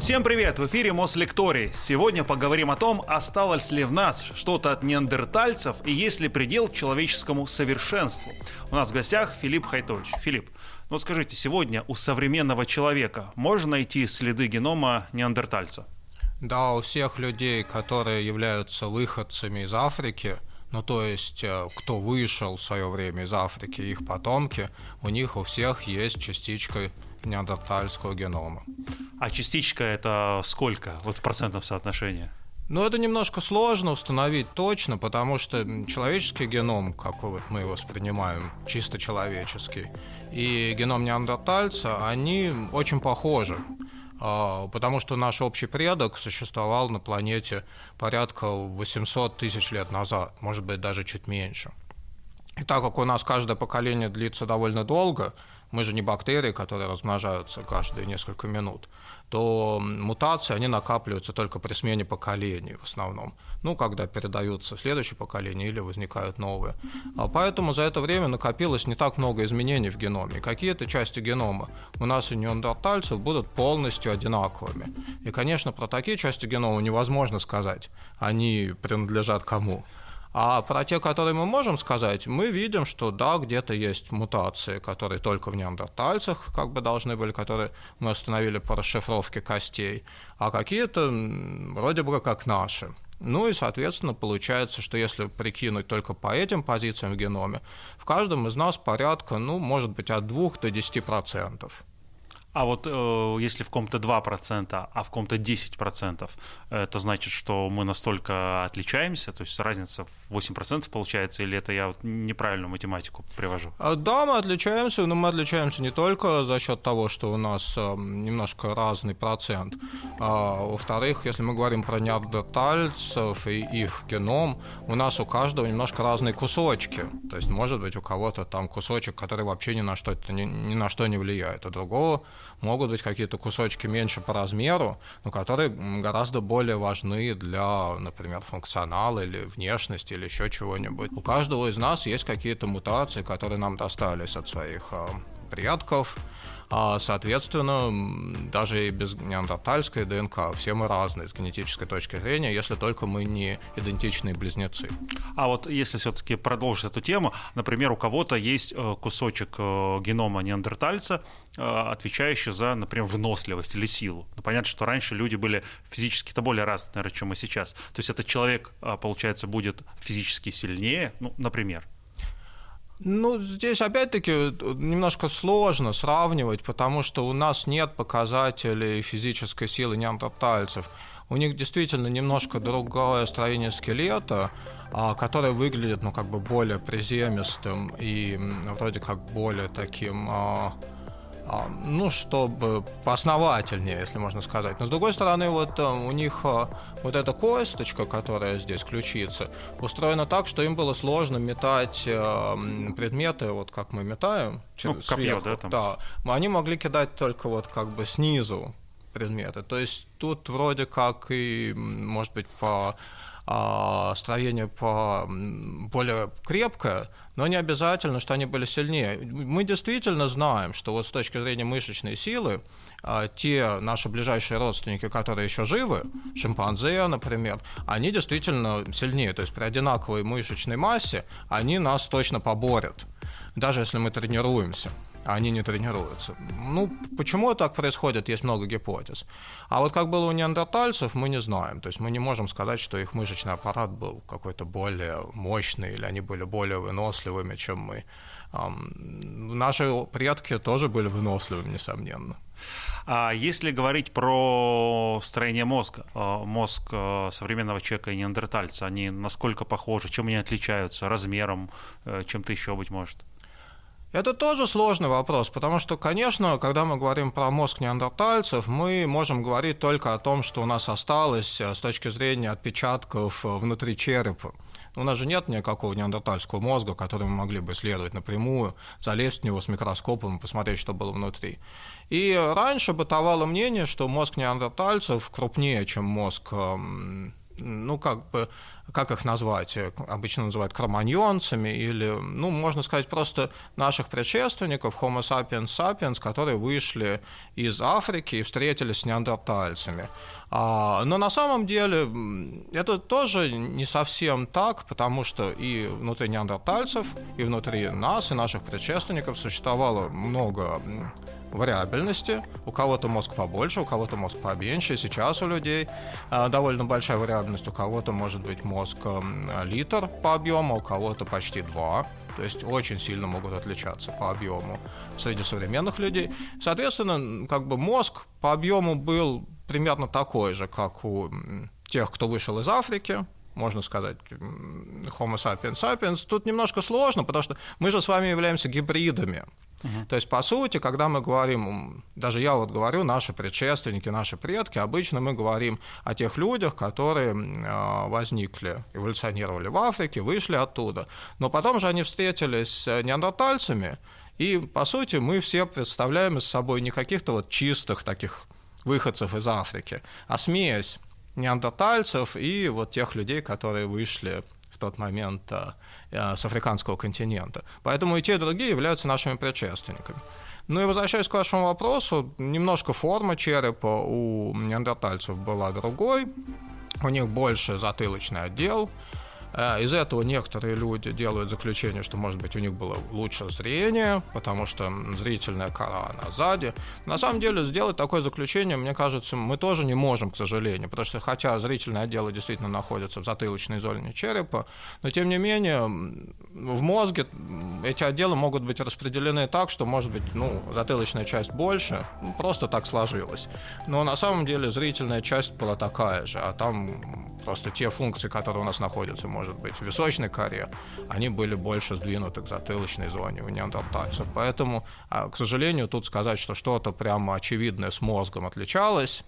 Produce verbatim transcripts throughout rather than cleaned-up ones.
Всем привет! В эфире Мослекторий. Сегодня поговорим о том, осталось ли в нас что-то от неандертальцев и есть ли предел человеческому совершенству. У нас в гостях Филипп Хайтович. Филипп, ну скажите, сегодня у современного человека можно найти следы генома неандертальца? Да, у всех людей, которые являются выходцами из Африки, ну то есть кто вышел в свое время из Африки, их потомки, у них у всех есть частичка неандертальского генома. А частичка это сколько, вот в процентном соотношении? Ну, это немножко сложно установить точно, потому что человеческий геном, какой вот мы его воспринимаем, чисто человеческий, и геном неандертальца, они очень похожи. Потому что наш общий предок существовал на планете порядка восемьсот тысяч лет назад, может быть, даже чуть меньше. И так как у нас каждое поколение длится довольно долго, мы же не бактерии, которые размножаются каждые несколько минут, то мутации, они накапливаются только при смене поколений в основном. Ну, когда передаются в следующее поколение или возникают новые. А поэтому за это время накопилось не так много изменений в геноме. И какие-то части генома у нас и неандертальцев будут полностью одинаковыми. И, конечно, про такие части генома невозможно сказать, они принадлежат кому. А про те, которые мы можем сказать, мы видим, что да, где-то есть мутации, которые только в неандертальцах как бы должны были, которые мы установили по расшифровке костей, а какие-то вроде бы как наши. Ну и, соответственно, получается, что если прикинуть только по этим позициям в геноме, в каждом из нас порядка, ну, может быть, от двух до десяти процентов. А вот э, если в ком-то два процента, а в ком-то десять процентов, это значит, что мы настолько отличаемся? То есть разница в восемь процентов получается, или это я вот неправильную математику привожу? Да, мы отличаемся, но мы отличаемся не только за счет того, что у нас э, немножко разный процент. А, во-вторых, если мы говорим про неандертальцев и их геном, у нас у каждого немножко разные кусочки. То есть, может быть, у кого-то там кусочек, который вообще ни на что, ни, ни на что не влияет, а другого могут быть какие-то кусочки меньше по размеру, но которые гораздо более важны для, например, функционала или внешности или еще чего-нибудь. У каждого из нас есть какие-то мутации, которые нам достались от своих э, предков. А, соответственно, даже и без неандертальской ДНК все мы разные с генетической точки зрения, если только мы не идентичные близнецы. А вот если все-таки продолжить эту тему, например, у кого-то есть кусочек генома неандертальца, отвечающий за, например, выносливость или силу. Ну, понятно, что раньше люди были физически-то более разные, наверное, чем мы сейчас. То есть этот человек, получается, будет физически сильнее, ну, например. Ну, здесь опять-таки немножко сложно сравнивать, потому что у нас нет показателей физической силы неандертальцев. У них действительно немножко другое строение скелета, которое выглядит, ну, как бы более приземистым и вроде как более таким, ну, чтобы поосновательнее, если можно сказать. Но, с другой стороны, вот у них вот эта косточка, которая здесь, ключица, устроена так, что им было сложно метать предметы, вот как мы метаем, ну, копье, да, там. Да, они могли кидать только вот как бы снизу предметы. То есть тут вроде как и, может быть, по строение по более крепкое, но не обязательно, что они были сильнее. Мы действительно знаем, что вот с точки зрения мышечной силы те наши ближайшие родственники, которые еще живы, шимпанзе, например, они действительно сильнее. То есть при одинаковой мышечной массе они нас точно поборят, даже если мы тренируемся. А они не тренируются. Ну, почему так происходит, есть много гипотез. А вот как было у неандертальцев, мы не знаем. То есть мы не можем сказать, что их мышечный аппарат был какой-то более мощный, или они были более выносливыми, чем мы. Наши предки тоже были выносливыми, несомненно. А если говорить про строение мозга, мозг современного человека и неандертальца, они насколько похожи, чем они отличаются, размером, чем-то еще, быть может? Это тоже сложный вопрос, потому что, конечно, когда мы говорим про мозг неандертальцев, мы можем говорить только о том, что у нас осталось с точки зрения отпечатков внутри черепа. У нас же нет никакого неандертальского мозга, который мы могли бы исследовать напрямую, залезть в него с микроскопом и посмотреть, что было внутри. И раньше бытовало мнение, что мозг неандертальцев крупнее, чем мозг ну, как бы, как их назвать? Обычно называют кроманьонцами или, ну, можно сказать, просто наших предшественников, Homo sapiens sapiens, которые вышли из Африки и встретились с неандертальцами. А, но на самом деле это тоже не совсем так, потому что и внутри неандертальцев, и внутри нас, и наших предшественников существовало много вариабельности. У кого-то мозг побольше, у кого-то мозг поменьше. Сейчас у людей э, довольно большая вариабельность. У кого-то может быть мозг э, литр по объему, у кого-то почти два. То есть очень сильно могут отличаться по объему среди современных людей. Соответственно, как бы мозг по объему был примерно такой же, как у тех, кто вышел из Африки. Можно сказать, Homo sapiens sapiens. Тут немножко сложно, потому что мы же с вами являемся гибридами. Uh-huh. То есть, по сути, когда мы говорим, даже я вот говорю, наши предшественники, наши предки, обычно мы говорим о тех людях, которые э, возникли, эволюционировали в Африке, вышли оттуда. Но потом же они встретились с неандертальцами, и, по сути, мы все представляем из собой не каких-то вот чистых таких выходцев из Африки, а смесь неандертальцев и вот тех людей, которые вышли в тот момент э, с африканского континента. Поэтому и те, и другие являются нашими предшественниками. Ну и возвращаясь к вашему вопросу, немножко форма черепа у неандертальцев была другой, у них больше затылочный отдел. Из этого некоторые люди делают заключение, что, может быть, у них было лучше зрение, потому что зрительная кора, она сзади. На самом деле, сделать такое заключение, мне кажется, мы тоже не можем, к сожалению, потому что, хотя зрительные отделы действительно находятся в затылочной зоне черепа, но, тем не менее, в мозге эти отделы могут быть распределены так, что, может быть, ну, затылочная часть больше, ну, просто так сложилось. Но на самом деле зрительная часть была такая же, а там просто те функции, которые у нас находятся, может быть, в височной коре, они были больше сдвинуты к затылочной зоне у неандертальцев. Поэтому, к сожалению, тут сказать, что что-то прямо очевидное с мозгом отличалось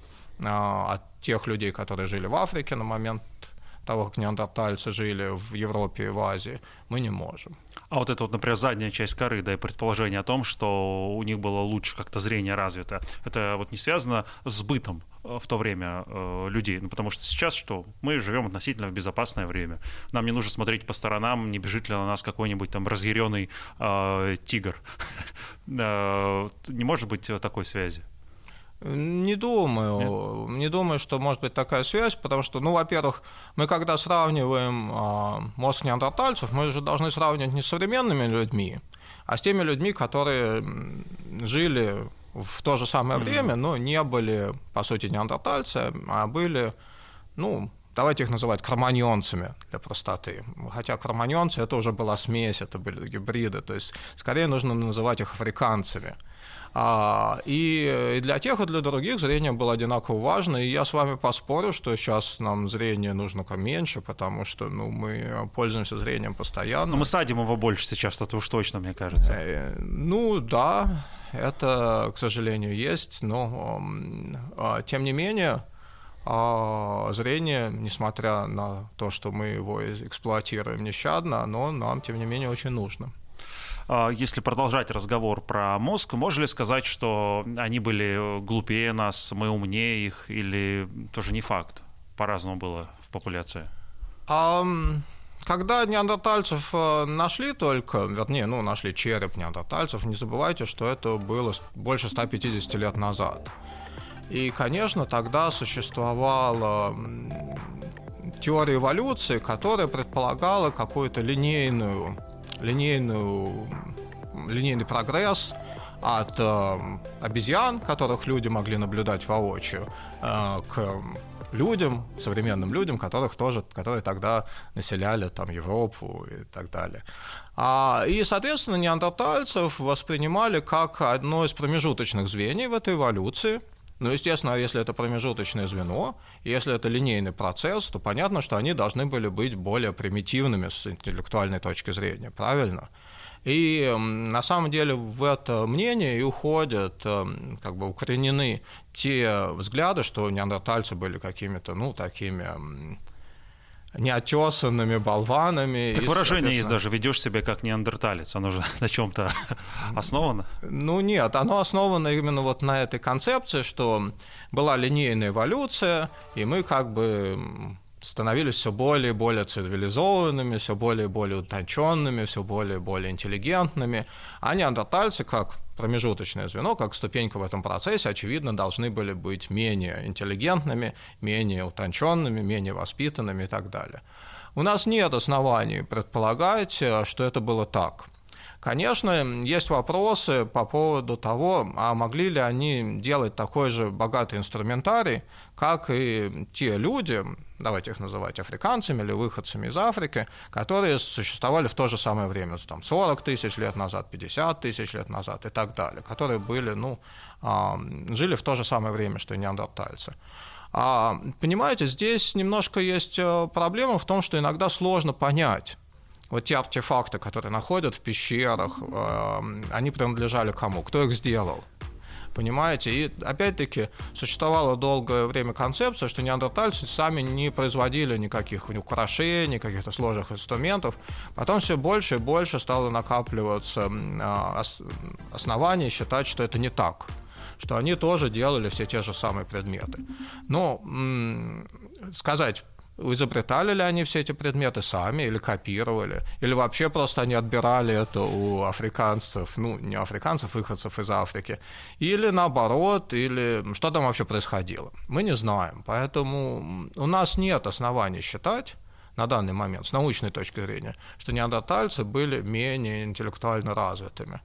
от тех людей, которые жили в Африке на момент того, как неандертальцы жили в Европе и в Азии, мы не можем. А вот это вот, например, задняя часть коры, да, и предположение о том, что у них было лучше как-то зрение развито, это вот не связано с бытом в то время э, людей, ну, потому что сейчас что? Мы живем относительно в безопасное время. Нам не нужно смотреть по сторонам, не бежит ли на нас какой-нибудь там разъяренный э, тигр. Не может быть такой связи? Не думаю. Нет? Не думаю, что может быть такая связь, потому что, ну, во-первых, мы когда сравниваем э, мозг неандертальцев, мы же должны сравнивать не с современными людьми, а с теми людьми, которые жили в то же самое mm-hmm. время, но не были, по сути, неандертальцы, а были, ну, давайте их называть кроманьонцами для простоты. Хотя кроманьонцы — это уже была смесь, это были гибриды, то есть скорее нужно называть их африканцами. А, и для тех, и для других зрение было одинаково важно, и я с вами поспорю, что сейчас нам зрение нужно меньше, потому что, ну, мы пользуемся зрением постоянно. Но мы садим его больше сейчас, это уж точно, мне кажется. Э, ну, да, это, к сожалению, есть, но, э, тем не менее, э, зрение, несмотря на то, что мы его эксплуатируем нещадно, оно нам, тем не менее, очень нужно. Если продолжать разговор про мозг, можно ли сказать, что они были глупее нас, мы умнее их, или тоже не факт? По-разному было в популяции. А, когда неандертальцев нашли только, вернее, ну, нашли череп неандертальцев, не забывайте, что это было больше ста пятидесяти лет назад. И, конечно, тогда существовала теория эволюции, которая предполагала какую-то линейную Линейную, линейный прогресс от э, обезьян, которых люди могли наблюдать воочию, э, к людям, современным людям, которых тоже, которые тогда населяли там, Европу и так далее. А, и, соответственно, неандертальцев воспринимали как одно из промежуточных звеньев в этой эволюции. Ну, естественно, если это промежуточное звено, если это линейный процесс, то понятно, что они должны были быть более примитивными с интеллектуальной точки зрения, правильно? И на самом деле в это мнение и уходят, как бы укоренены те взгляды, что неандертальцы были какими-то, ну, такими неотесанными болванами. Так и, выражение есть даже, ведешь себя как неандерталец, оно же на чем-то основано? Ну нет, оно основано именно вот на этой концепции, что была линейная эволюция, и мы как бы становились все более и более цивилизованными, все более и более утонченными, все более и более интеллигентными. А неандертальцы, как промежуточное звено, как ступенька в этом процессе, очевидно, должны были быть менее интеллигентными, менее утонченными, менее воспитанными и так далее. У нас нет оснований предполагать, что это было так. Конечно, есть вопросы по поводу того, а могли ли они делать такой же богатый инструментарий, как и те люди, давайте их называть африканцами или выходцами из Африки, которые существовали в то же самое время, там, сорок тысяч лет назад, пятьдесят тысяч лет назад и так далее, которые были, ну, жили в то же самое время, что и неандертальцы. А, понимаете, здесь немножко есть проблема в том, что иногда сложно понять, вот те артефакты, которые находят в пещерах, они принадлежали кому, кто их сделал. Понимаете? И опять-таки существовала долгое время концепция, что неандертальцы сами не производили никаких украшений, каких-то сложных инструментов. Потом все больше и больше стало накапливаться оснований считать, что это не так, что они тоже делали все те же самые предметы. Но м- сказать, изобретали ли они все эти предметы сами или копировали, или вообще просто они отбирали это у африканцев, ну, не африканцев, выходцев из Африки, или наоборот, или что там вообще происходило. Мы не знаем, поэтому у нас нет оснований считать на данный момент, с научной точки зрения, что неандертальцы были менее интеллектуально развитыми.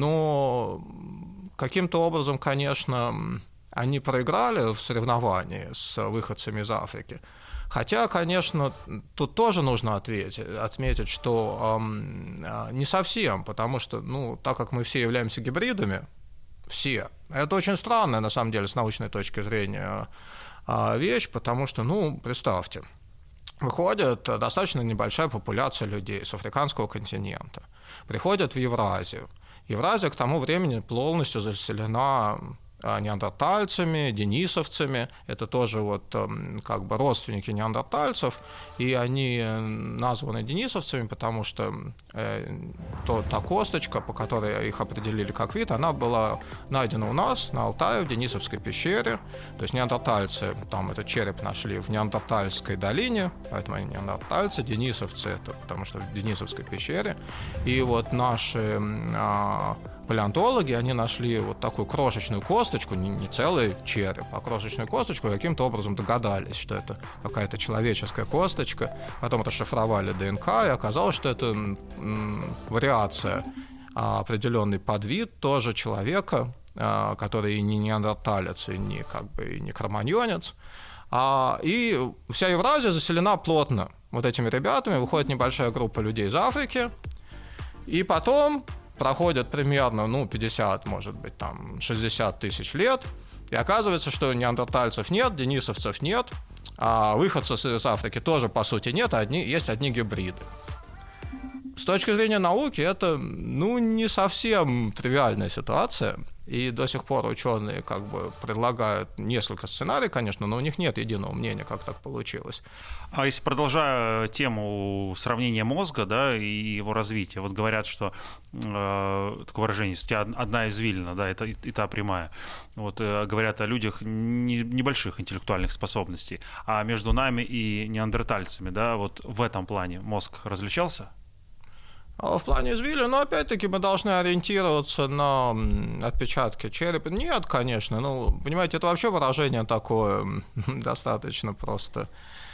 Но каким-то образом, конечно, они проиграли в соревновании с выходцами из Африки. Хотя, конечно, тут тоже нужно ответить, отметить, что э, не совсем, потому что, ну, так как мы все являемся гибридами, все, это очень странная, на самом деле, с научной точки зрения э, вещь, потому что, ну, представьте, выходит достаточно небольшая популяция людей с африканского континента, приходят в Евразию. Евразия к тому времени полностью заселена неандертальцами, денисовцами, это тоже вот как бы родственники неандертальцев, и они названы денисовцами, потому что э, то, та косточка, по которой их определили как вид, она была найдена у нас на Алтае в Денисовской пещере, то есть неандертальцы, там этот череп нашли в Неандертальской долине, поэтому они неандертальцы, денисовцы это потому что в Денисовской пещере, и вот наши э, палеонтологи, они нашли вот такую крошечную косточку, не, не целый череп, а крошечную косточку, и каким-то образом догадались, что это какая-то человеческая косточка. Потом расшифровали ДНК, и оказалось, что это м, вариация, а, определенный подвид тоже человека, а, который и не неандерталец, и не, как бы, и не кроманьонец. А, и вся Евразия заселена плотно вот этими ребятами. Выходит небольшая группа людей из Африки, и потом проходит примерно, ну, пятьдесят, может быть, там, шестьдесят тысяч лет, и оказывается, что неандертальцев нет, денисовцев нет, а выходцев из Африки тоже, по сути, нет, а одни, есть одни гибриды. С точки зрения науки это, ну, не совсем тривиальная ситуация, и до сих пор ученые как бы предлагают несколько сценариев, конечно, но у них нет единого мнения, как так получилось. А если продолжая тему сравнения мозга, да, и его развития, вот говорят, что э, такое выражение, у тебя одна извилина, да, это и, и та прямая. Вот э, говорят о людях не, небольших интеллектуальных способностей, а между нами и неандертальцами, да, вот в этом плане мозг различался? В плане извилин, но опять-таки мы должны ориентироваться на отпечатки черепа. Нет, конечно, ну, понимаете, это вообще выражение такое достаточно просто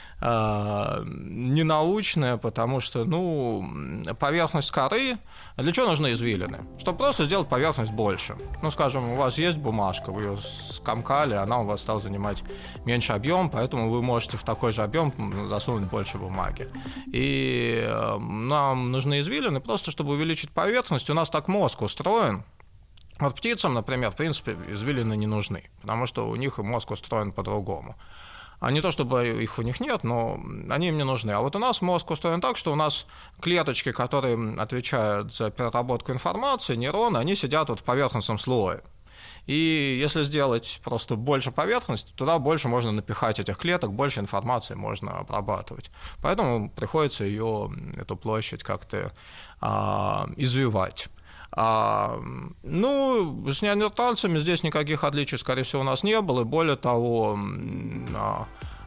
э, ненаучное, потому что, ну, поверхность коры, для чего нужны извилины? Чтобы просто сделать поверхность больше. Ну, скажем, у вас есть бумажка, вы ее скомкали, она у вас стала занимать меньше объем, поэтому вы можете в такой же объем засунуть больше бумаги. И нам нужны извилины просто, чтобы увеличить поверхность. У нас так мозг устроен. Вот птицам, например, в принципе, извилины не нужны, потому что у них мозг устроен по-другому. А не то, чтобы их у них нет, но они им не нужны. А вот у нас мозг устроен так, что у нас клеточки, которые отвечают за переработку информации, нейроны, они сидят вот в поверхностном слое. И если сделать просто больше поверхности, туда больше можно напихать этих клеток, больше информации можно обрабатывать. Поэтому приходится ее, эту площадь как-то а, извивать. А, ну, с неандертальцами здесь никаких отличий, скорее всего, у нас не было. И более того, а,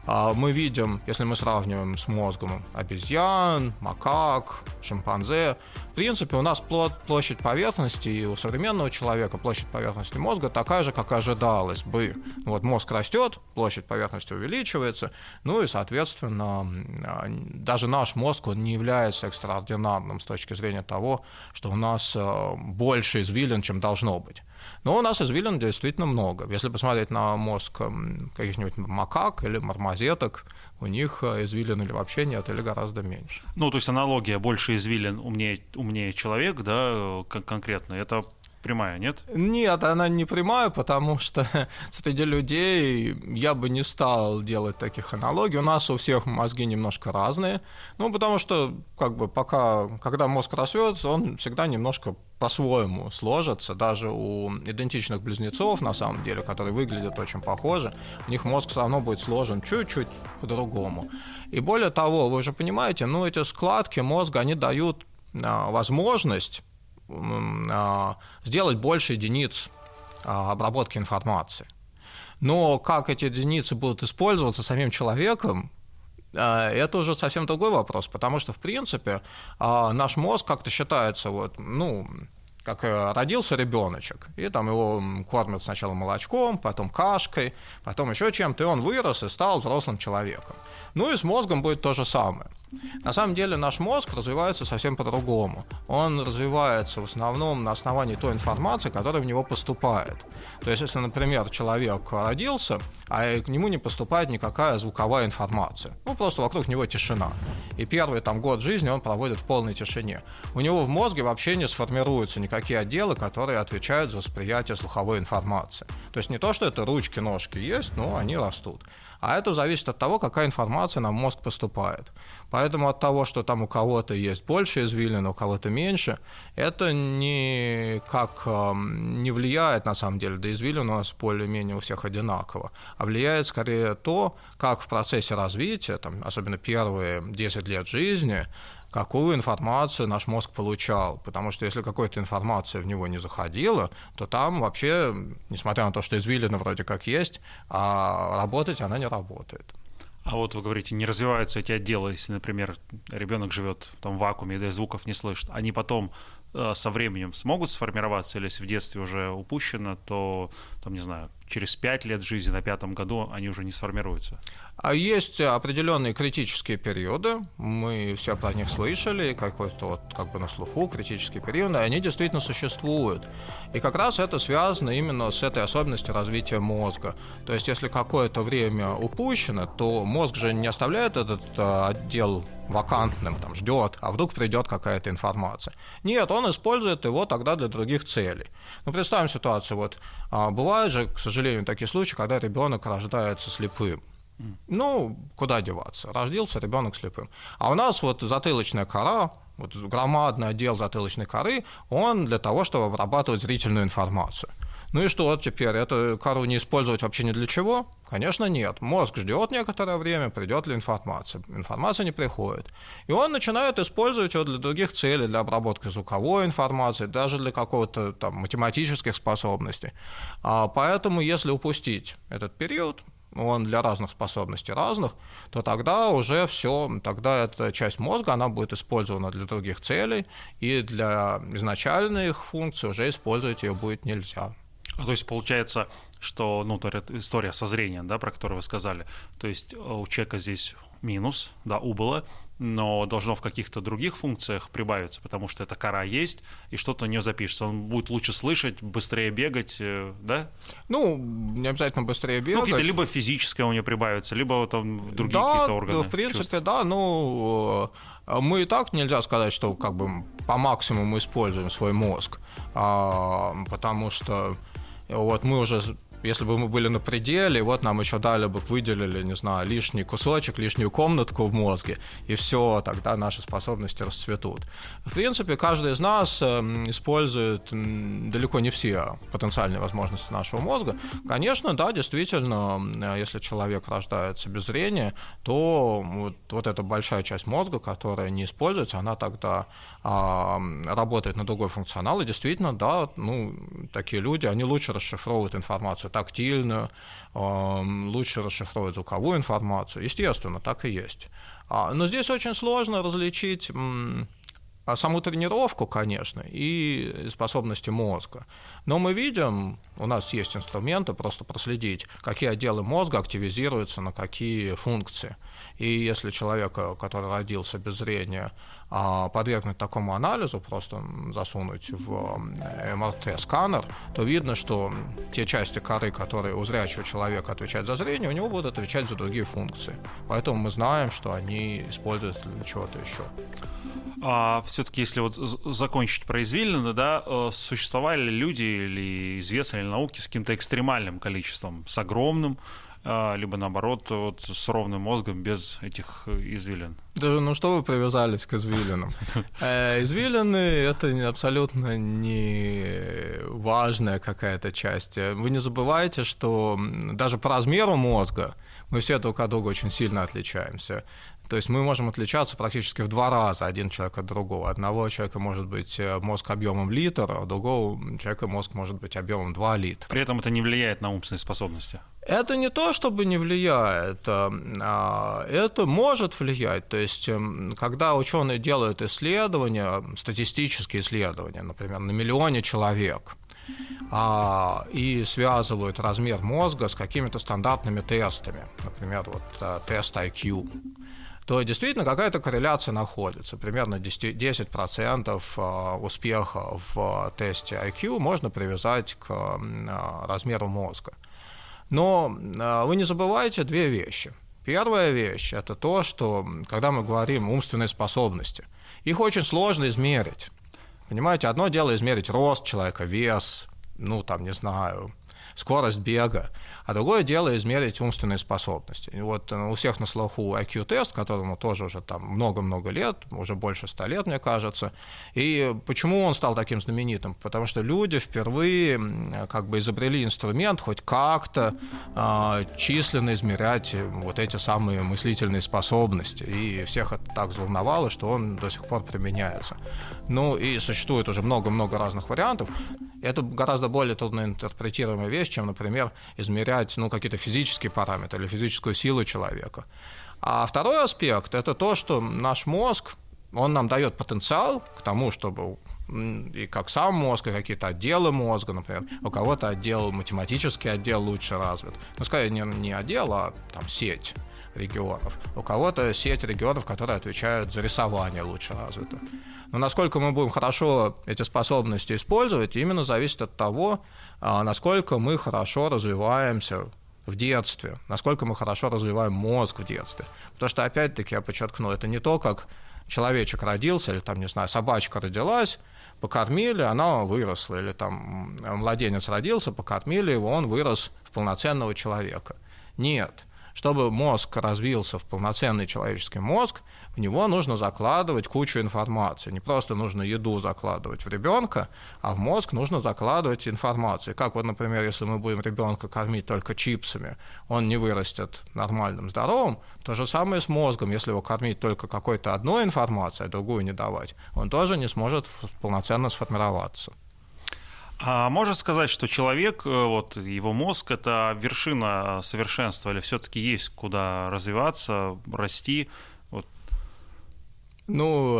мы видим, если мы сравниваем с мозгом обезьян, макак, шимпанзе, в принципе, у нас площадь поверхности и у современного человека площадь поверхности мозга такая же, как ожидалось бы. Вот мозг растет, площадь поверхности увеличивается, ну и, соответственно, даже наш мозг, он не является экстраординарным с точки зрения того, что у нас больше извилин, чем должно быть. Но у нас извилин действительно много. Если посмотреть на мозг каких-нибудь макак или мармозеток, у них извилин или вообще нет, или гораздо меньше. Ну, то есть аналогия больше извилин умнее, умнее человек, да, конкретно, это прямая, нет? Нет, она не прямая, потому что среди людей я бы не стал делать таких аналогий. У нас у всех мозги немножко разные. Ну, потому что, как бы, пока, когда мозг растет, он всегда немножко по-своему сложится. Даже у идентичных близнецов, на самом деле, которые выглядят очень похожи, у них мозг все равно будет сложен чуть-чуть по-другому. И более того, вы же понимаете, ну, эти складки мозга, они дают а, возможность сделать больше единиц обработки информации. Но как эти единицы будут использоваться самим человеком, это уже совсем другой вопрос, потому что, в принципе, наш мозг как-то считается, вот, ну, как родился ребеночек, и там его кормят сначала молочком, потом кашкой, потом еще чем-то, и он вырос и стал взрослым человеком. Ну и с мозгом будет то же самое. На самом деле наш мозг развивается совсем по-другому. Он развивается в основном на основании той информации, которая в него поступает. То есть, если, например, человек родился, а к нему не поступает никакая звуковая информация, ну, просто вокруг него тишина, и первый там год жизни он проводит в полной тишине, у него в мозге вообще не сформируются никакие отделы, которые отвечают за восприятие слуховой информации. То есть не то, что это ручки, ножки есть, но они растут. А это зависит от того, какая информация на мозг поступает. Поэтому от того, что там у кого-то есть больше извилин, у кого-то меньше, это никак не влияет, на самом деле, да извилин у нас более-менее у всех одинаково, а влияет скорее то, как в процессе развития, там, особенно первые десять лет жизни, какую информацию наш мозг получал. Потому что если какая-то информация в него не заходила, то там вообще, несмотря на то, что извилины вроде как есть, а работать она не работает. А вот вы говорите, не развиваются эти отделы, если, например, ребенок живет там в вакууме, да и звуков не слышит, они потом э, со временем смогут сформироваться, или если в детстве уже упущено, то, там, не знаю, через пять лет жизни, на пятом году они уже не сформируются? А есть определенные критические периоды, мы все про них слышали, какой-то вот как бы на слуху критические периоды, они действительно существуют. И как раз это связано именно с этой особенностью развития мозга. То есть если какое-то время упущено, то мозг же не оставляет этот отдел вакантным, там, ждет, а вдруг придет какая-то информация. Нет, он использует его тогда для других целей. Ну, представим ситуацию, вот, бывают же, к сожалению, такие случаи, когда ребенок рождается слепым. Ну, куда деваться? Родился ребенок слепым. А у нас вот затылочная кора, вот громадный отдел затылочной коры, он для того, чтобы обрабатывать зрительную информацию. Ну и что вот теперь? Эту кору не использовать вообще ни для чего? Конечно, нет. Мозг ждет некоторое время, придет ли информация. Информация не приходит. И он начинает использовать ее для других целей, для обработки звуковой информации, даже для какого-то там математических способностей. А поэтому, если упустить этот период, он для разных способностей разных, то тогда уже все, тогда эта часть мозга, она будет использована для других целей, и для изначальных функций уже использовать ее будет нельзя. То есть получается, что, ну, история созрения, да, про которую вы сказали, то есть у человека здесь минус, да, убыло, но должно в каких-то других функциях прибавиться, потому что эта кора есть, и что-то у нее запишется. Он будет лучше слышать, быстрее бегать, да? Ну, не обязательно быстрее бегать. Ну, какие-то либо физическое у нее прибавится, либо там другие да, какие-то органы. Да, в принципе, чувств. Да, ну, мы и так нельзя сказать, что как бы по максимуму используем свой мозг, а, потому что вот мы уже... Если бы мы были на пределе, вот нам еще дали бы, выделили, не знаю, лишний кусочек, лишнюю комнатку в мозге, и все, тогда наши способности расцветут. В принципе, каждый из нас использует далеко не все потенциальные возможности нашего мозга. Конечно, да, действительно, если человек рождается без зрения, то вот, вот эта большая часть мозга, которая не используется, она тогда а, работает на другой функционал, и действительно, да, ну, такие люди, они лучше расшифровывают информацию информацию тактильную, лучше расшифровывает звуковую информацию. Естественно, так и есть. Но здесь очень сложно различить саму тренировку, конечно, и способности мозга. Но мы видим, у нас есть инструменты просто проследить, какие отделы мозга активизируются на какие функции. И если человека, который родился без зрения, подвергнуть такому анализу, просто засунуть в эм эр тэ-сканер, то видно, что те части коры, которые у зрячего человека отвечают за зрение, у него будут отвечать за другие функции. Поэтому мы знаем, что они используются для чего-то еще. А все-таки, если вот закончить про извилины, да, существовали ли люди или известны ли науки с каким-то экстремальным количеством, с огромным, либо наоборот вот, с ровным мозгом без этих извилин? Даже, ну что вы привязались к извилинам? Извилины — это абсолютно не важная какая-то часть. Вы не забывайте, что даже по размеру мозга мы все друг от друга очень сильно отличаемся. То есть мы можем отличаться практически в два раза один человек от другого. Одного человека может быть мозг объемом литр, а у другого человека мозг может быть объемом два литра. При этом это не влияет на умственные способности? Это не то, чтобы не влияет, это может влиять. То есть, когда ученые делают исследования, статистические исследования, например, на миллионе человек, и связывают размер мозга с какими-то стандартными тестами, например, вот тест ай кью, то действительно какая-то корреляция находится. Примерно десять процентов успеха в тесте ай кью можно привязать к размеру мозга. Но вы не забывайте две вещи. Первая вещь – это то, что, когда мы говорим умственные способности, их очень сложно измерить. Понимаете, одно дело измерить рост человека, вес, ну, там, не знаю, скорость бега, а другое дело измерить умственные способности. И вот у всех на слуху ай кью-тест, которому тоже уже там много-много лет, уже больше ста лет, мне кажется. И почему он стал таким знаменитым? Потому что люди впервые как бы изобрели инструмент хоть как-то э, численно измерять вот эти самые мыслительные способности. И всех это так взволновало, что он до сих пор применяется. Ну и существует уже много-много разных вариантов. Это гораздо более трудно интерпретируемая вещь, чем, например, измерять ну, какие-то физические параметры или физическую силу человека. А второй аспект – это то, что наш мозг, он нам дает потенциал к тому, чтобы и как сам мозг, и какие-то отделы мозга, например, у кого-то отдел, математический отдел лучше развит. Ну, скорее, не, не отдел, а там сеть регионов. У кого-то сеть регионов, которые отвечают за рисование, лучше развита. Но насколько мы будем хорошо эти способности использовать, именно зависит от того, насколько мы хорошо развиваемся в детстве, насколько мы хорошо развиваем мозг в детстве. Потому что, опять-таки, я подчеркну, это не то, как человечек родился, или там, не знаю, собачка родилась, покормили, она выросла, или там младенец родился, покормили его, он вырос в полноценного человека. Нет. Чтобы мозг развился в полноценный человеческий мозг, в него нужно закладывать кучу информации. Не просто нужно еду закладывать в ребенка, а в мозг нужно закладывать информацию. Как вот, например, если мы будем ребенка кормить только чипсами, он не вырастет нормальным, здоровым. То же самое с мозгом. Если его кормить только какой-то одной информацией, а другую не давать, он тоже не сможет полноценно сформироваться. А можно сказать, что человек, вот его мозг, это вершина совершенства, или все-таки есть куда развиваться, расти? Вот. Ну,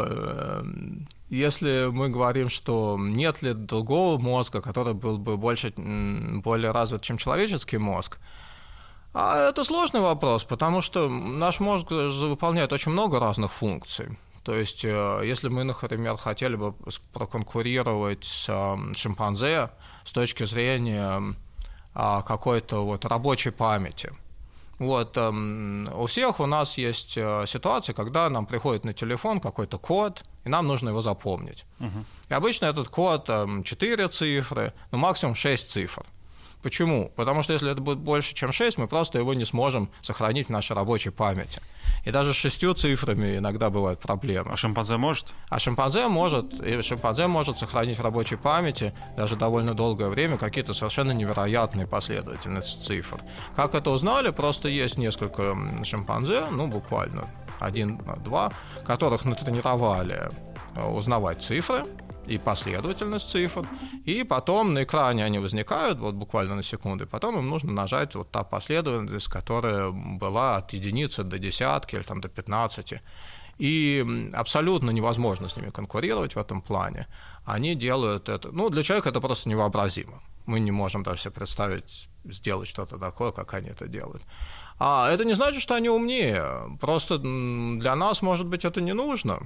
если мы говорим, что нет ли другого мозга, который был бы больше, более развит, чем человеческий мозг, а это сложный вопрос, потому что наш мозг выполняет очень много разных функций. То есть, если мы, например, хотели бы проконкурировать с шимпанзе с точки зрения какой-то вот рабочей памяти, вот, у всех у нас есть ситуация, когда нам приходит на телефон какой-то код, и нам нужно его запомнить. Uh-huh. И обычно этот код четыре цифры, ну максимум шесть цифр. Почему? Потому что если это будет больше, чем шесть, мы просто его не сможем сохранить в нашей рабочей памяти. И даже с шестью цифрами иногда бывают проблемы. А шимпанзе может? А шимпанзе может. И шимпанзе может сохранить в рабочей памяти даже довольно долгое время какие-то совершенно невероятные последовательности цифр. Как это узнали? Просто есть несколько шимпанзе, ну, буквально один-два, которых натренировали узнавать цифры и последовательность цифр, и потом на экране они возникают, вот буквально на секунду, и потом им нужно нажать вот та последовательность, которая была от единицы до десятки или там до пятнадцати. И абсолютно невозможно с ними конкурировать в этом плане. Они делают это... Ну, для человека это просто невообразимо. Мы не можем даже себе представить, сделать что-то такое, как они это делают. А это не значит, что они умнее. Просто для нас, может быть, это не нужно.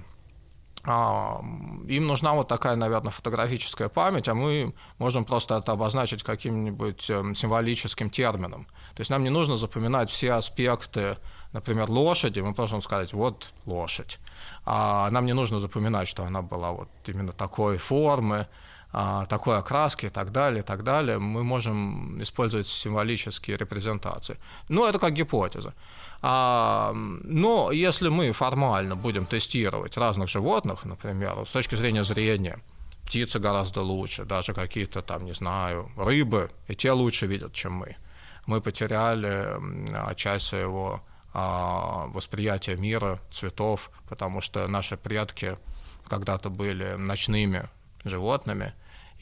Им нужна вот такая, наверное, фотографическая память, а мы можем просто это обозначить каким-нибудь символическим термином. То есть нам не нужно запоминать все аспекты, например, лошади, мы можем сказать «вот лошадь». А нам не нужно запоминать, что она была вот именно такой формы, такой окраски и так далее, и так далее. Мы можем использовать символические репрезентации. Ну, это как гипотеза. А, но если мы формально будем тестировать разных животных, например, с точки зрения зрения, птицы гораздо лучше, даже какие-то там, не знаю, рыбы, и те лучше видят, чем мы. Мы потеряли часть своего а, восприятия мира, цветов, потому что наши предки когда-то были ночными животными,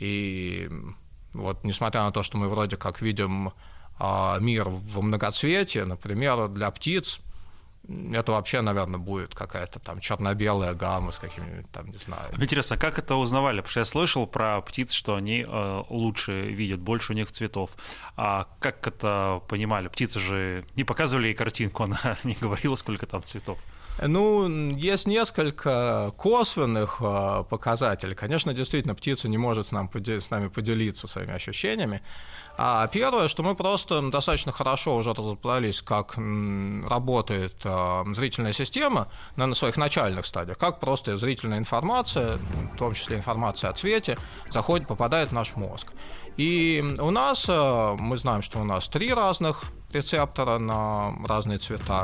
и вот несмотря на то, что мы вроде как видим а, мир в многоцветии, например, для птиц это вообще, наверное, будет какая-то там черно-белая гамма с какими-нибудь там, не знаю. Интересно, как это узнавали? Потому что я слышал про птиц, что они э, лучше видят, больше у них цветов. А как это понимали? Птицы же не показывали ей картинку, она не говорила, сколько там цветов. Ну, есть несколько косвенных э, показателей. Конечно, действительно, птица не может с, нам подел- с нами поделиться своими ощущениями. А первое, что мы просто достаточно хорошо уже разобрались, как м, работает э, зрительная система на, на своих начальных стадиях, как просто зрительная информация, в том числе информация о цвете, заходит, попадает в наш мозг. И у нас, э, мы знаем, что у нас три разных рецептора на разные цвета.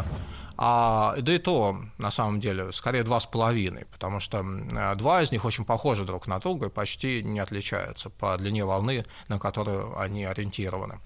А, да и то, на самом деле, скорее два с половиной, потому что два из них очень похожи друг на друга и почти не отличаются по длине волны, на которую они ориентированы.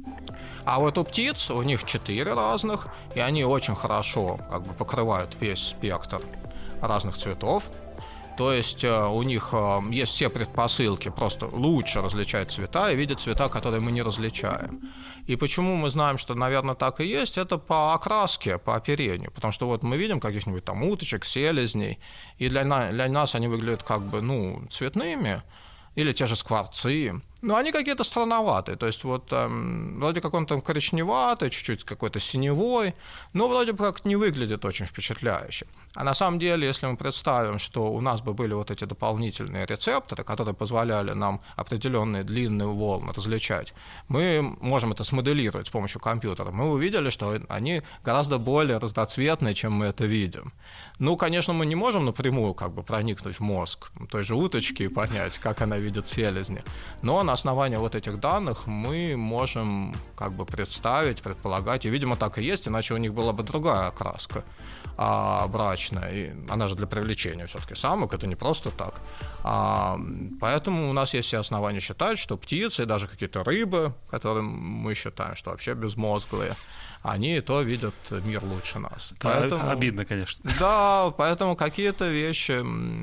А вот у птиц у них четыре разных, и они очень хорошо как бы покрывают весь спектр разных цветов. То есть у них есть все предпосылки просто лучше различать цвета и видеть цвета, которые мы не различаем. И почему мы знаем, что, наверное, так и есть, это по окраске, по оперению. Потому что вот мы видим каких-нибудь там уточек, селезней, и для, на, для нас они выглядят как бы, ну, цветными, или те же скворцы. Но они какие-то странноватые, то есть вот эм, вроде как он там коричневатый, чуть-чуть какой-то синевой, но вроде как не выглядит очень впечатляюще. А на самом деле, если мы представим, что у нас бы были вот эти дополнительные рецепторы, которые позволяли нам определенные длинные волны различать, мы можем это смоделировать с помощью компьютера. Мы увидели, что они гораздо более разноцветные, чем мы это видим. Ну, конечно, мы не можем напрямую как бы проникнуть в мозг той же уточки и понять, как она видит селезни, но на основании вот этих данных мы можем как бы представить, предполагать, и, видимо, так и есть, иначе у них была бы другая окраска а, брачная, и она же для привлечения все-таки самок, это не просто так. А, поэтому у нас есть все основания считать, что птицы и даже какие-то рыбы, которые мы считаем, что вообще безмозглые, они и то видят мир лучше нас. Да, поэтому, обидно, конечно. Да, поэтому какие-то вещи...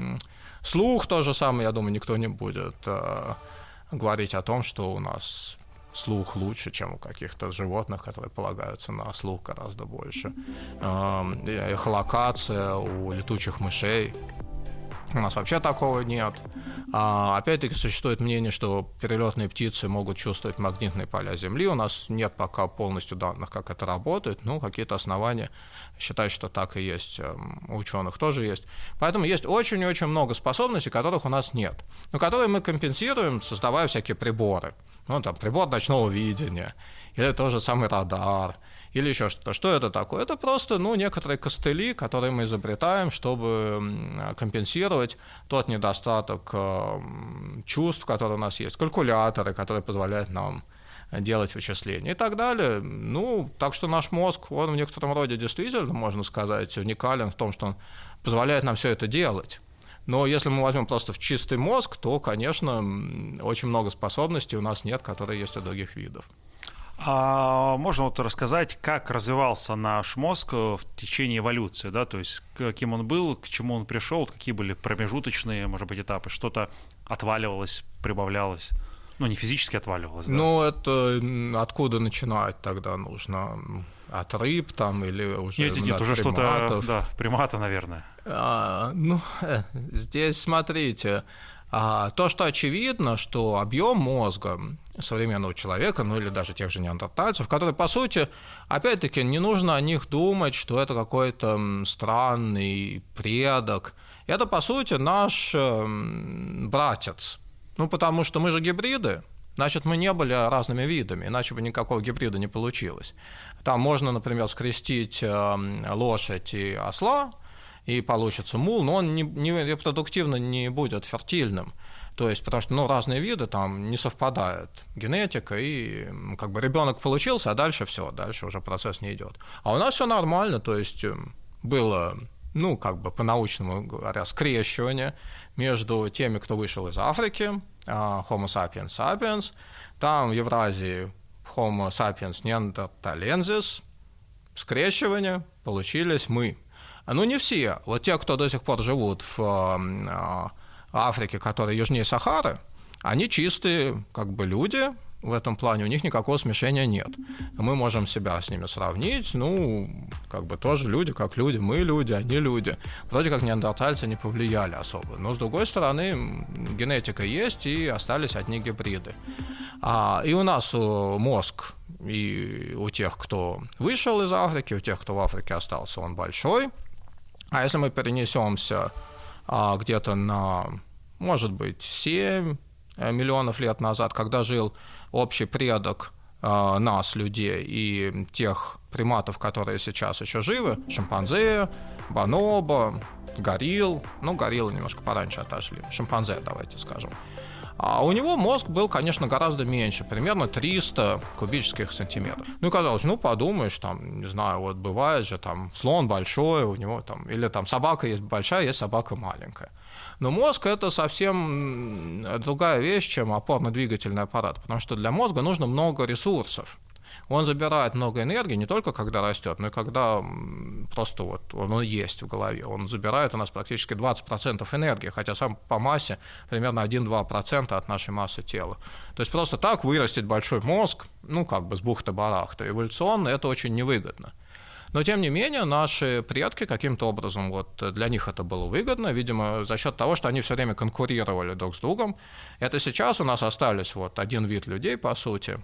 Слух то же самое, я думаю, никто не будет говорить о том, что у нас слух лучше, чем у каких-то животных, которые полагаются на слух гораздо больше. Эхолокация у летучих мышей. У нас вообще такого нет. А, опять-таки существует мнение, что перелетные птицы могут чувствовать магнитные поля Земли. У нас нет пока полностью данных, как это работает, но какие-то основания считать, что так и есть, у ученых тоже есть. Поэтому есть очень-очень много способностей, которых у нас нет, но которые мы компенсируем, создавая всякие приборы. Ну, там, прибор ночного видения, или тот же самый радар, или еще что-то. Что это такое? Это просто, ну, некоторые костыли, которые мы изобретаем, чтобы компенсировать тот недостаток э, чувств, которые у нас есть. Калькуляторы, которые позволяют нам делать вычисления и так далее. Ну, так что наш мозг, он в некотором роде действительно, можно сказать, уникален в том, что он позволяет нам все это делать. Но если мы возьмем просто в чистый мозг, то, конечно, очень много способностей у нас нет, которые есть у других видов. А можно вот рассказать, как развивался наш мозг в течение эволюции, да, то есть каким он был, к чему он пришел, какие были промежуточные, может быть, этапы, что-то отваливалось, прибавлялось, ну, не физически отваливалось, да? Ну, это откуда начинать тогда нужно? От рыб там или уже Нет, нет, уже что-то, да, примата, наверное. А, ну, здесь смотрите, а, то, что очевидно, что объем мозга современного человека, ну или даже тех же неандертальцев, которые, по сути, опять-таки, не нужно о них думать, что это какой-то странный предок. Это, по сути, наш братец. Ну, потому что мы же гибриды. Значит, мы не были разными видами, иначе бы никакого гибрида не получилось. Там можно, например, скрестить лошадь и осла, и получится мул, но он не, не, репродуктивно не будет фертильным. То есть, потому что ну, разные виды, там не совпадает генетика, и как бы ребенок получился, а дальше все, дальше уже процесс не идет. А у нас все нормально, то есть было, ну, как бы по-научному говоря, скрещивание между теми, кто вышел из Африки, Homo sapiens sapiens, там в Евразии Homo sapiens neanderthalensis, скрещивание, получились мы. Ну, не все. Вот те, кто до сих пор живут в Африке, которые южнее Сахары, они чистые как бы люди, в этом плане у них никакого смешения нет. Мы можем себя с ними сравнить, ну, как бы тоже люди, как люди, мы люди, они люди. Вроде как неандертальцы не повлияли особо. Но, с другой стороны, генетика есть, и остались одни гибриды. А, и у нас мозг, и у тех, кто вышел из Африки, у тех, кто в Африке остался, он большой. А если мы перенесемся а, где-то на, может быть, семь миллионов лет назад, когда жил общий предок э, нас, людей, и тех приматов, которые сейчас еще живы, шимпанзе, бонобо, горилл, ну, гориллы немножко пораньше отошли, шимпанзе, давайте скажем. А у него мозг был, конечно, гораздо меньше, примерно триста кубических сантиметров. Ну и казалось, ну подумаешь, там, не знаю, вот бывает же, там, слон большой, у него там, или там собака есть большая, есть собака маленькая. Но мозг – это совсем другая вещь, чем опорно-двигательный аппарат, потому что для мозга нужно много ресурсов. Он забирает много энергии не только когда растет, но и когда просто вот он есть в голове. Он забирает у нас практически двадцать процентов энергии, хотя сам по массе примерно один-два процента от нашей массы тела. То есть просто так вырастить большой мозг, ну как бы с бухты-барахты, эволюционно это очень невыгодно. Но, тем не менее, наши предки каким-то образом, вот для них это было выгодно, видимо, за счет того, что они все время конкурировали друг с другом. Это сейчас у нас остались вот один вид людей, по сути,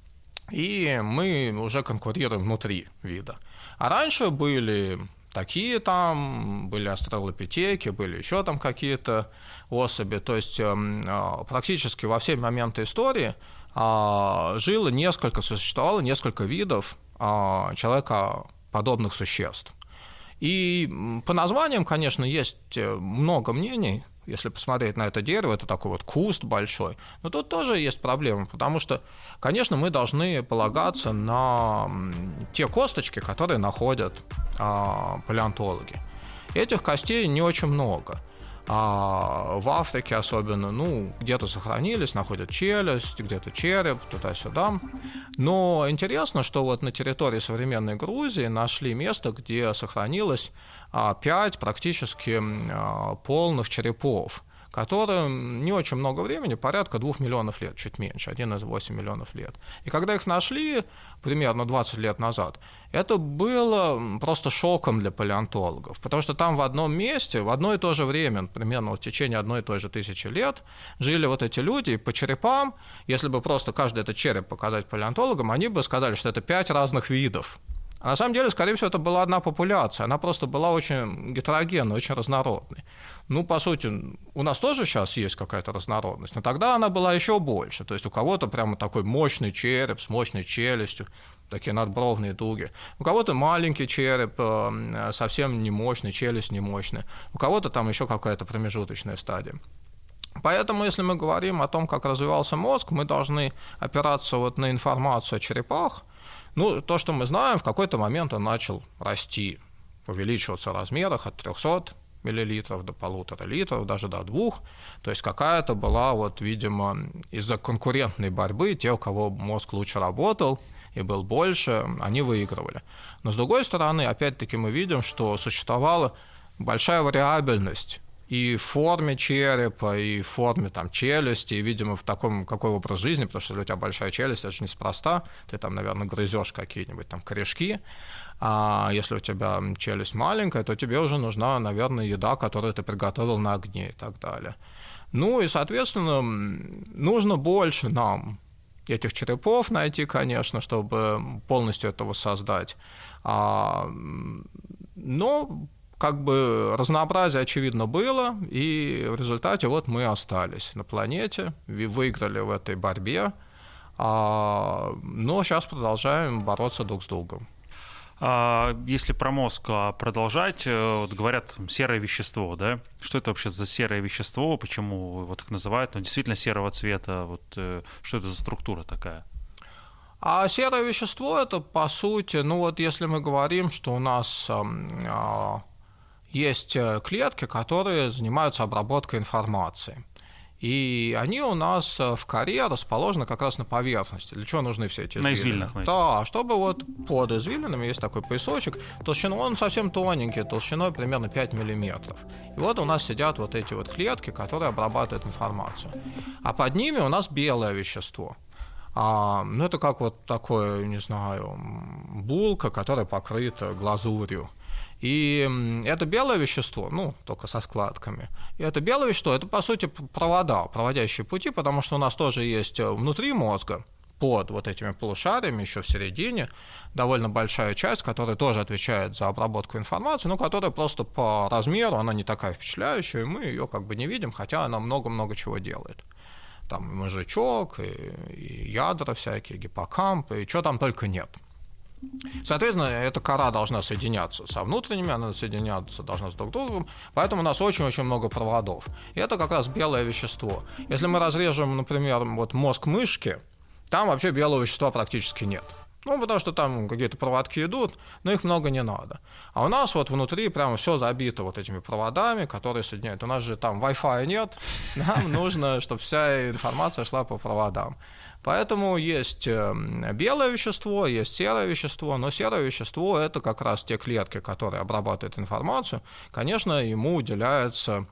и мы уже конкурируем внутри вида. А раньше были такие там, были австралопитеки, были еще там какие-то особи. То есть практически во все моменты истории жило несколько, существовало несколько видов человека, подобных существ. И по названиям, конечно, есть много мнений. Если посмотреть на это дерево, это такой вот куст большой. Но тут тоже есть проблема, потому что, конечно, мы должны полагаться на те косточки, которые находят а, палеонтологи. Этих костей не очень много. А в Африке особенно, ну, где-то сохранились, находят челюсть, где-то череп, туда-сюда. Но интересно, что вот на территории современной Грузии нашли место, где сохранилось пять практически полных черепов, которым не очень много времени, порядка двух миллионов лет, чуть меньше, один целых восемь десятых миллионов лет. И когда их нашли примерно двадцать лет назад, это было просто шоком для палеонтологов, потому что там в одном месте, в одно и то же время, примерно в течение одной и той же тысячи лет, жили вот эти люди, и по черепам, если бы просто каждый этот череп показать палеонтологам, они бы сказали, что это пять разных видов. А на самом деле, скорее всего, это была одна популяция, она просто была очень гетерогенной, очень разнородной. Ну, по сути, у нас тоже сейчас есть какая-то разнородность, но тогда она была еще больше. То есть у кого-то прямо такой мощный череп с мощной челюстью, такие надбровные дуги. У кого-то маленький череп, совсем не мощный, челюсть не мощная. У кого-то там еще какая-то промежуточная стадия. Поэтому, если мы говорим о том, как развивался мозг, мы должны опираться вот на информацию о черепах. Ну, то, что мы знаем, в какой-то момент он начал расти, увеличиваться в размерах от трехсот миллилитров до полутора литров, даже до двух. То есть какая-то была, вот, видимо, из-за конкурентной борьбы, те, у кого мозг лучше работал и был больше, они выигрывали. Но с другой стороны, опять-таки мы видим, что существовала большая вариабельность и в форме черепа, и в форме там, челюсти, и, видимо, в таком, какой образ жизни, потому что если у тебя большая челюсть, это же неспроста, ты там, наверное, грызешь какие-нибудь там корешки, а если у тебя челюсть маленькая, то тебе уже нужна, наверное, еда, которую ты приготовил на огне и так далее. Ну и, соответственно, нужно больше нам этих черепов найти, конечно, чтобы полностью этого создать. А, но как бы разнообразие, очевидно, было, и в результате вот мы остались на планете, выиграли в этой борьбе, а, но сейчас продолжаем бороться друг с другом. Если про мозг продолжать, вот говорят серое вещество, да? Что это вообще за серое вещество, почему его так называют? Ну, действительно серого цвета, вот что это за структура такая? А серое вещество — это, по сути, ну вот если мы говорим, что у нас э, есть клетки, которые занимаются обработкой информации. И они у нас в коре расположены как раз на поверхности. Для чего нужны все эти извилины? На извилинах. Да, чтобы вот под извилинами есть такой поясочек, толщиной, он совсем тоненький, толщиной примерно пять миллиметров. И вот у нас сидят вот эти вот клетки, которые обрабатывают информацию. А под ними у нас белое вещество. А, ну, это как вот такое, не знаю, булка, которая покрыта глазурью. И это белое вещество, ну, только со складками. И это белое вещество, это, по сути, провода, проводящие пути, потому что у нас тоже есть внутри мозга, под вот этими полушариями, еще в середине, довольно большая часть, которая тоже отвечает за обработку информации, но которая просто по размеру, она не такая впечатляющая, и мы ее как бы не видим, хотя она много-много чего делает. Там и мозжечок, и, и ядра всякие, гиппокамп, и чего там только нет. Соответственно, эта кора должна соединяться со внутренними, она соединяться должна с друг другом, поэтому у нас очень-очень много проводов. И это как раз белое вещество. Если мы разрежем, например, вот мозг мышки, там вообще белого вещества практически нет. Ну, потому что там какие-то проводки идут, но их много не надо. А у нас вот внутри прямо все забито вот этими проводами, которые соединяют. У нас же там Wi-Fi нет, нам нужно, чтобы вся информация шла по проводам. Поэтому есть белое вещество, есть серое вещество, но серое вещество — это как раз те клетки, которые обрабатывают информацию. Конечно, ему уделяется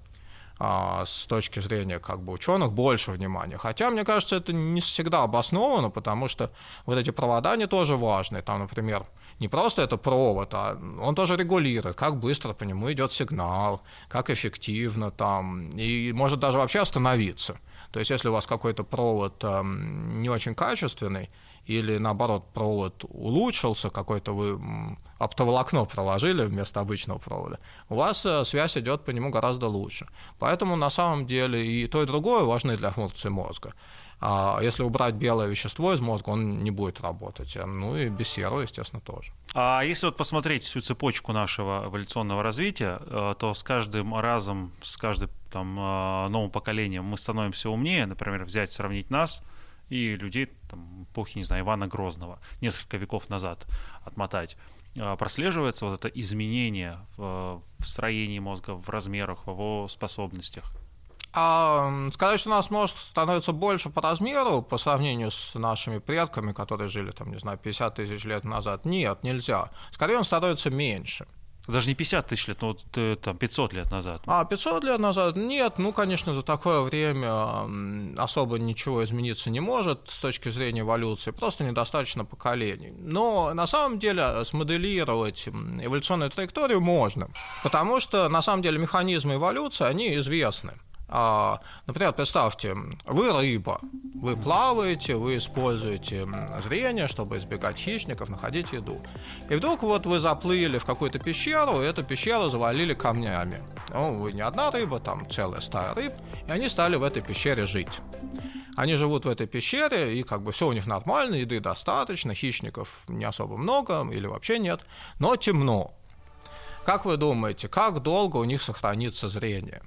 а, с точки зрения как бы ученых больше внимания. Хотя, мне кажется, это не всегда обосновано, потому что вот эти провода, они тоже важны. Там, например, не просто это провод, а он тоже регулирует, как быстро по нему идет сигнал, как эффективно там, и может даже вообще остановиться. То есть, если у вас какой-то провод э, не очень качественный, или, наоборот, провод улучшился, какой-то вы оптоволокно проложили вместо обычного провода, у вас э, связь идет по нему гораздо лучше. Поэтому, на самом деле, и то, и другое важны для функции мозга. А если убрать белое вещество из мозга, он не будет работать. Ну и без серого, естественно, тоже. А если вот посмотреть всю цепочку нашего эволюционного развития, то с каждым разом, с каждым там, новым поколением мы становимся умнее. Например, взять, сравнить нас и людей там, эпохи, не знаю, Ивана Грозного, несколько веков назад отмотать. Прослеживается вот это изменение в строении мозга, в размерах, в его способностях. А сказать, что у нас мозг становится больше по размеру по сравнению с нашими предками, которые жили, там, не знаю, пятьдесят тысяч лет назад, нет, нельзя. Скорее, он становится меньше. Даже не пятьдесят тысяч лет, но вот, там, пятьсот лет назад. А, пятьсот лет назад? Нет, ну, конечно, за такое время особо ничего измениться не может с точки зрения эволюции, просто недостаточно поколений. Но на самом деле смоделировать эволюционную траекторию можно, потому что на самом деле механизмы эволюции, они известны. Например, представьте, вы рыба, вы плаваете, вы используете зрение, чтобы избегать хищников, находить еду. И вдруг вот вы заплыли в какую-то пещеру, и эту пещеру завалили камнями. Ну, вы не одна рыба, там целая стая рыб, и они стали в этой пещере жить. Они живут в этой пещере, и как бы все у них нормально, еды достаточно, хищников не особо много или вообще нет, но темно. Как вы думаете, как долго у них сохранится зрение?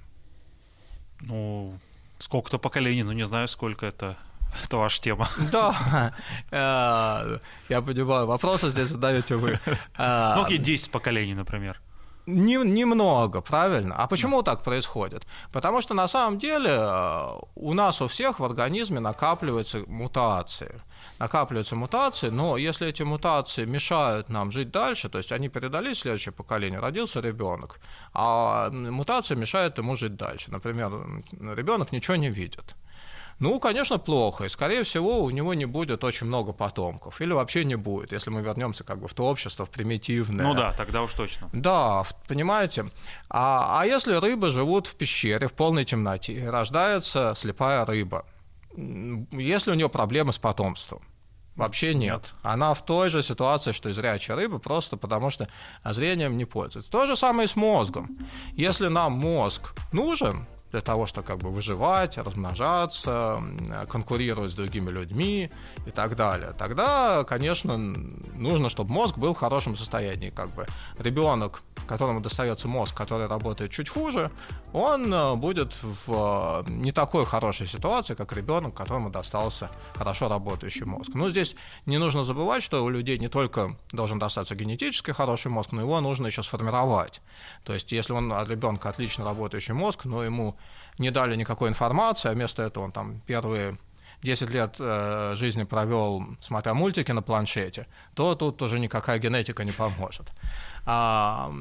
Ну, сколько-то поколений, ну не знаю, сколько это. Это ваша тема. Да, я понимаю, вопросы здесь задаете вы. Ну, какие десять поколений, например. Не, немного, правильно. А почему да. так происходит? Потому что на самом деле у нас у всех в организме накапливаются мутации. Накапливаются мутации, но если эти мутации мешают нам жить дальше, то есть они передались в следующее поколение, родился ребенок, а мутация мешает ему жить дальше. Например, ребенок ничего не видит. Ну, конечно, плохо, и, скорее всего, у него не будет очень много потомков, или вообще не будет, если мы вернемся как бы в то общество, в примитивное. Ну да, тогда уж точно. Да, понимаете. А, а если рыбы живут в пещере, в полной темноте, рождается слепая рыба, если у нее проблемы с потомством? Вообще нет. Она в той же ситуации, что и зрячая рыба, просто потому что зрением не пользуется. То же самое и с мозгом. Если нам мозг нужен для того, чтобы как бы выживать, размножаться, конкурировать с другими людьми и так далее, тогда, конечно, нужно, чтобы мозг был в хорошем состоянии. Как бы ребенок, которому достается мозг, который работает чуть хуже, он будет в не такой хорошей ситуации, как ребенок, которому достался хорошо работающий мозг. Но здесь не нужно забывать, что у людей не только должен достаться генетически хороший мозг, но его нужно еще сформировать. То есть, если он от ребенка отлично работающий мозг, но ему не дали никакой информации, а вместо этого он там первые десять лет э, жизни провел, смотря мультики на планшете, то тут уже никакая генетика не поможет. А,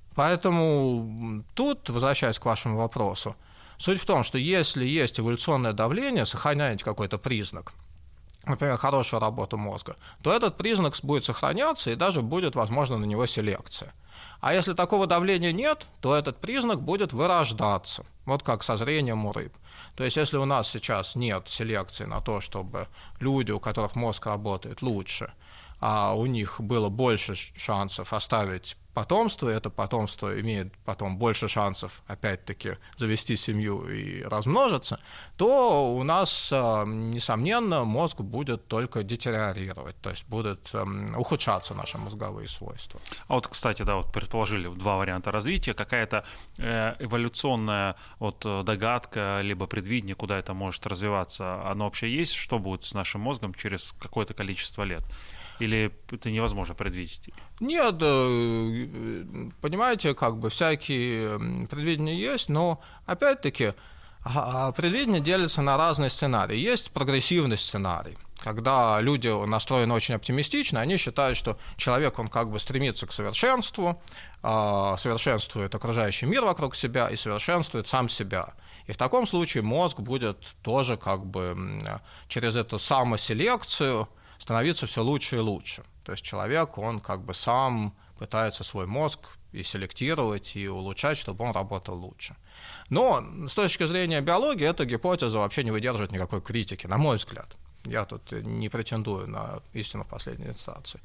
поэтому тут, возвращаясь к вашему вопросу, суть в том, что если есть эволюционное давление, сохраняете какой-то признак, например, хорошую работу мозга, то этот признак будет сохраняться и даже будет, возможно, на него селекция. А если такого давления нет, то этот признак будет вырождаться. Вот как со зрением у рыб. То есть если у нас сейчас нет селекции на то, чтобы люди, у которых мозг работает лучше, а у них было больше шансов оставить потомство, и это потомство имеет потом больше шансов, опять-таки, завести семью и размножиться, то у нас, несомненно, мозг будет только детериорировать, то есть будут ухудшаться наши мозговые свойства. А вот, кстати, да, вот предположили два варианта развития, какая-то эволюционная вот догадка, либо предвидение, куда это может развиваться, оно вообще есть, что будет с нашим мозгом через какое-то количество лет? Или это невозможно предвидеть? Нет, понимаете, как бы всякие предвидения есть, но опять-таки предвидение делится на разные сценарии. Есть прогрессивный сценарий, когда люди настроены очень оптимистично, они считают, что человек, он как бы стремится к совершенству, совершенствует окружающий мир вокруг себя и совершенствует сам себя. И в таком случае мозг будет тоже как бы через эту самоселекцию становиться все лучше и лучше. То есть человек, он как бы сам пытается свой мозг и селектировать, и улучшать, чтобы он работал лучше. Но с точки зрения биологии эта гипотеза вообще не выдерживает никакой критики, на мой взгляд. Я тут не претендую на истину в последней инстанции.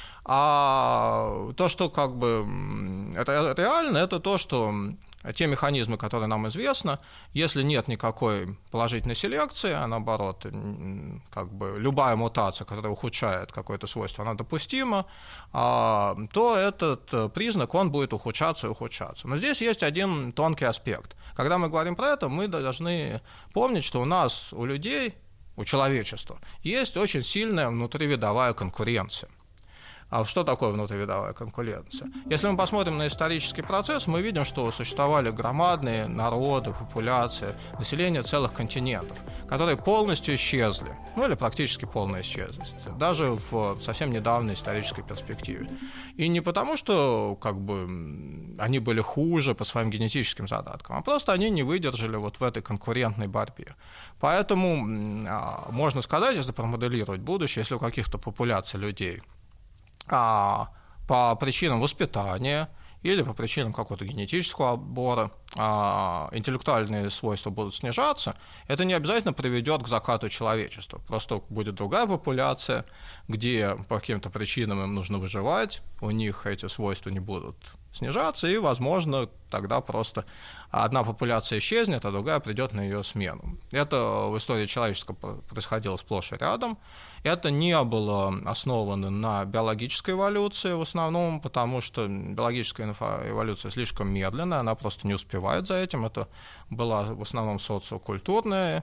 А то, что как бы это реально, это то, что те механизмы, которые нам известны, если нет никакой положительной селекции, а наоборот, как бы любая мутация, которая ухудшает какое-то свойство, она допустима, то этот признак, он будет ухудшаться и ухудшаться. Но здесь есть один тонкий аспект. Когда мы говорим про это, мы должны помнить, что у нас, у людей, у человечества, есть очень сильная внутривидовая конкуренция. А что такое внутривидовая конкуренция? Если мы посмотрим на исторический процесс, мы видим, что существовали громадные народы, популяции, население целых континентов, которые полностью исчезли, ну или практически полностью исчезли, даже в совсем недавней исторической перспективе. И не потому, что как бы, они были хуже по своим генетическим задаткам, а просто они не выдержали вот в этой конкурентной борьбе. Поэтому можно сказать, если промоделировать будущее, если у каких-то популяций людей А, по причинам воспитания или по причинам какого-то генетического отбора а, интеллектуальные свойства будут снижаться, это не обязательно приведет к закату человечества. Просто будет другая популяция, где по каким-то причинам им нужно выживать, у них эти свойства не будут снижаться, и, возможно, тогда просто одна популяция исчезнет, а другая придет на ее смену. Это в истории человечества происходило сплошь и рядом. Это не было основано на биологической эволюции в основном, потому что биологическая эволюция слишком медленная, она просто не успевает за этим. Это была в основном социокультурная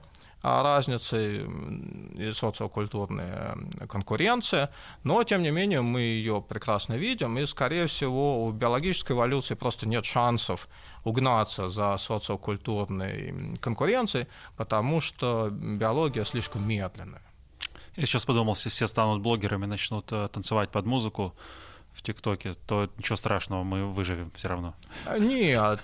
разницы и социокультурная конкуренция, но, тем не менее, мы ее прекрасно видим, и, скорее всего, у биологической эволюции просто нет шансов угнаться за социокультурной конкуренцией, потому что биология слишком медленная. Я сейчас подумал, если все станут блогерами, начнут танцевать под музыку в ТикТоке, то ничего страшного, мы выживем все равно. Нет,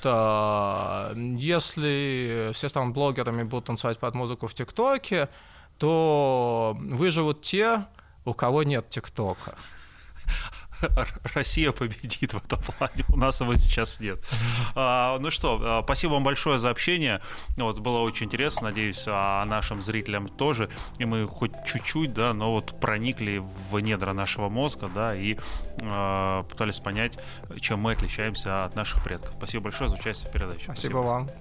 если все станут блогерами и будут танцевать под музыку в ТикТоке, то выживут те, у кого нет ТикТока. Россия победит в этом плане, у нас его сейчас нет. А, ну что, спасибо вам большое за общение, вот, было очень интересно, надеюсь, а нашим зрителям тоже, и мы хоть чуть-чуть, да, но вот проникли в недра нашего мозга, да, и э, пытались понять, чем мы отличаемся от наших предков. Спасибо большое за участие в передаче. Спасибо, спасибо. вам.